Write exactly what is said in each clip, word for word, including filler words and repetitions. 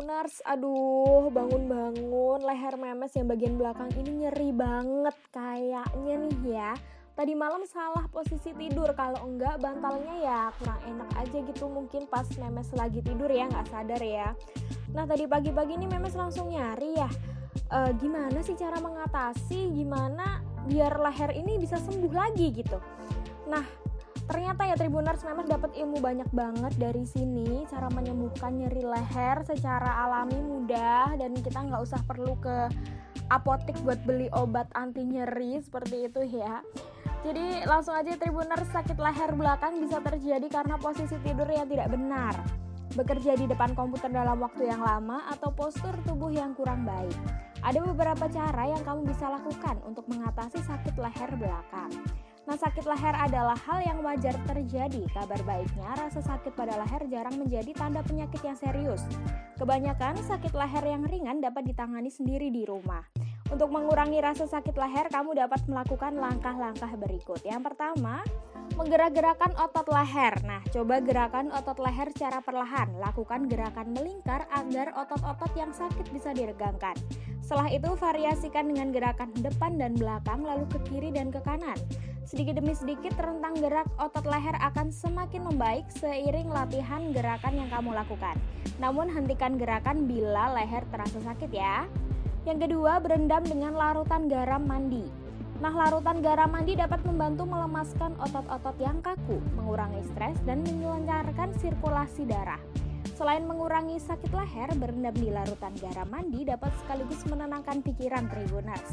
Tribuners, aduh bangun-bangun leher memes yang bagian belakang ini nyeri banget kayaknya nih ya. Tadi malam salah posisi tidur, kalau enggak bantalnya ya kurang enak aja gitu mungkin pas memes lagi tidur ya, nggak sadar ya. Nah tadi pagi-pagi nih memes langsung nyari ya. E, gimana sih cara mengatasi, gimana biar leher ini bisa sembuh lagi gitu. Nah ternyata ya Tribuners, memes dapat ilmu banyak banget dari sini, cara menyembuhkan nyeri leher secara alami mudah dan kita nggak usah perlu ke apotik buat beli obat anti nyeri seperti itu ya. Jadi langsung aja Tribuners, sakit leher belakang bisa terjadi karena posisi tidur yang tidak benar, bekerja di depan komputer dalam waktu yang lama, atau postur tubuh yang kurang baik. Ada beberapa cara yang kamu bisa lakukan untuk mengatasi sakit leher belakang. Nah, sakit leher adalah hal yang wajar terjadi. Kabar baiknya, rasa sakit pada leher jarang menjadi tanda penyakit yang serius. Kebanyakan sakit leher yang ringan dapat ditangani sendiri di rumah. Untuk mengurangi rasa sakit leher, kamu dapat melakukan langkah-langkah berikut. Yang pertama, menggerak-gerakan otot leher. Nah, coba gerakan otot leher secara perlahan. Lakukan gerakan melingkar agar otot-otot yang sakit bisa diregangkan. Setelah itu, variasikan dengan gerakan depan dan belakang, lalu ke kiri dan ke kanan. Sedikit demi sedikit rentang gerak otot leher akan semakin membaik seiring latihan gerakan yang kamu lakukan. Namun hentikan gerakan bila leher terasa sakit ya. Yang kedua, berendam dengan larutan garam mandi. Nah, larutan garam mandi dapat membantu melemaskan otot-otot yang kaku, mengurangi stres, dan melancarkan sirkulasi darah. Selain mengurangi sakit leher, berendam di larutan garam mandi dapat sekaligus menenangkan pikiran Tribuners.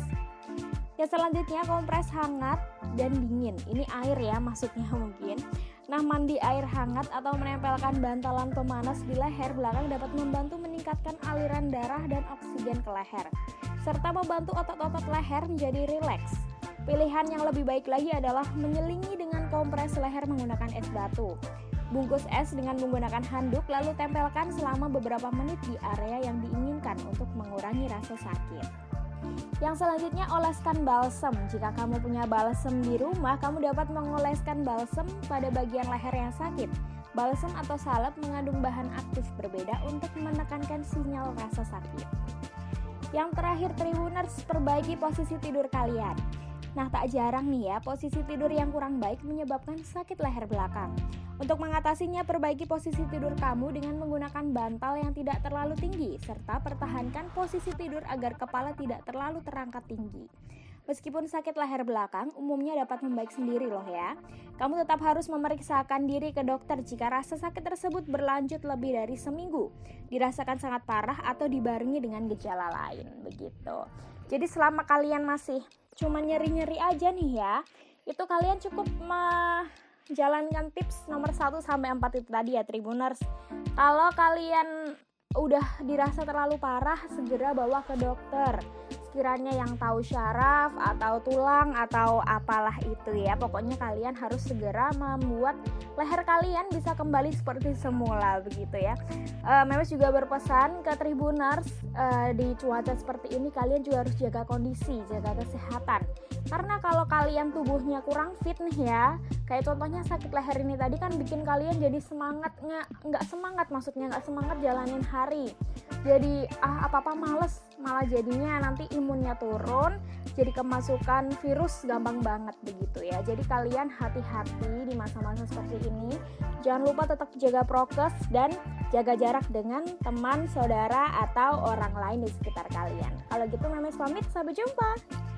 Ya selanjutnya, kompres hangat dan dingin. Ini air ya maksudnya mungkin. Nah, mandi air hangat atau menempelkan bantalan pemanas di leher belakang dapat membantu meningkatkan aliran darah dan oksigen ke leher, serta membantu otot-otot leher menjadi rileks. Pilihan yang lebih baik lagi adalah menyelingi dengan kompres leher menggunakan es batu. Bungkus es dengan menggunakan handuk lalu tempelkan selama beberapa menit di area yang diinginkan untuk mengurangi rasa sakit. Yang selanjutnya, oleskan balsem. Jika kamu punya balsem di rumah, kamu dapat mengoleskan balsem pada bagian leher yang sakit. Balsem atau salep mengandung bahan aktif berbeda untuk menekankan sinyal rasa sakit. Yang terakhir Tribuners, perbaiki posisi tidur kalian. Nah, tak jarang nih ya, posisi tidur yang kurang baik menyebabkan sakit leher belakang. Untuk mengatasinya, perbaiki posisi tidur kamu dengan menggunakan bantal yang tidak terlalu tinggi, serta pertahankan posisi tidur agar kepala tidak terlalu terangkat tinggi. Meskipun sakit leher belakang umumnya dapat membaik sendiri loh ya. Kamu tetap harus memeriksakan diri ke dokter jika rasa sakit tersebut berlanjut lebih dari seminggu, dirasakan sangat parah atau dibarengi dengan gejala lain, begitu. Jadi selama kalian masih cuma nyeri-nyeri aja nih ya, itu kalian cukup menjalankan tips nomor satu sampai empat itu tadi ya Tribuners. Kalau kalian udah dirasa terlalu parah, segera bawa ke dokter. Sekiranya yang tahu syaraf atau tulang atau apalah itu ya. Pokoknya kalian harus segera membuat leher kalian bisa kembali seperti semula begitu ya. E, Memes juga berpesan ke Tribuners, e, di cuaca seperti ini kalian juga harus jaga kondisi, jaga kesehatan. Karena kalau kalian tubuhnya kurang fit nih ya, kayak contohnya sakit leher ini tadi kan bikin kalian jadi semangat, nggak nggak semangat maksudnya nggak semangat jalanin hari. Jadi ah apa-apa males, malah jadinya nanti imunnya turun, jadi kemasukan virus gampang banget begitu ya. Jadi kalian hati-hati di masa-masa seperti ini. Jangan lupa tetap jaga prokes dan jaga jarak dengan teman, saudara, atau orang lain di sekitar kalian. Kalau gitu Memes pamit, sampai jumpa.